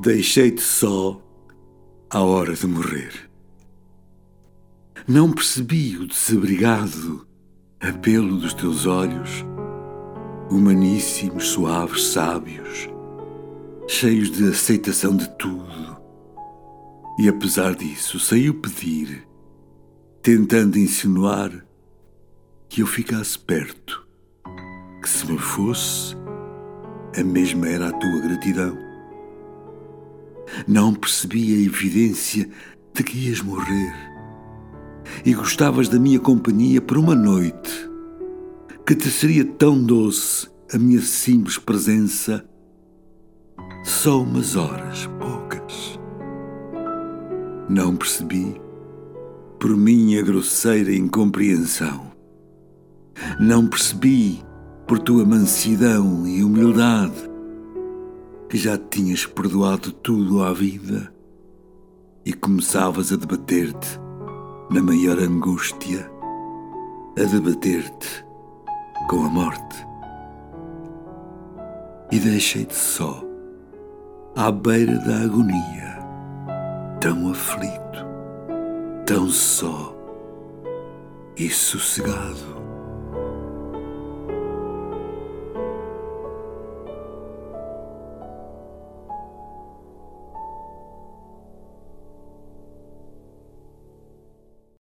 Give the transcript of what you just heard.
Deixei-te só à hora de morrer. Não percebi o desabrigado apelo dos teus olhos, humaníssimos, suaves, sábios, cheios de aceitação de tudo. E apesar disso, saiu pedir, tentando insinuar que eu ficasse perto, que se me fosse, a mesma era a tua gratidão. Não percebi a evidência de que ias morrer e gostavas da minha companhia por uma noite, que te seria tão doce a minha simples presença, só umas horas poucas. Não percebi, por minha grosseira incompreensão. Não percebi, por tua mansidão e humildade, que já te tinhas perdoado tudo à vida e começavas a debater-te na maior angústia, a debater-te com a morte. E deixei-te só, à beira da agonia, tão aflito, tão só e sossegado.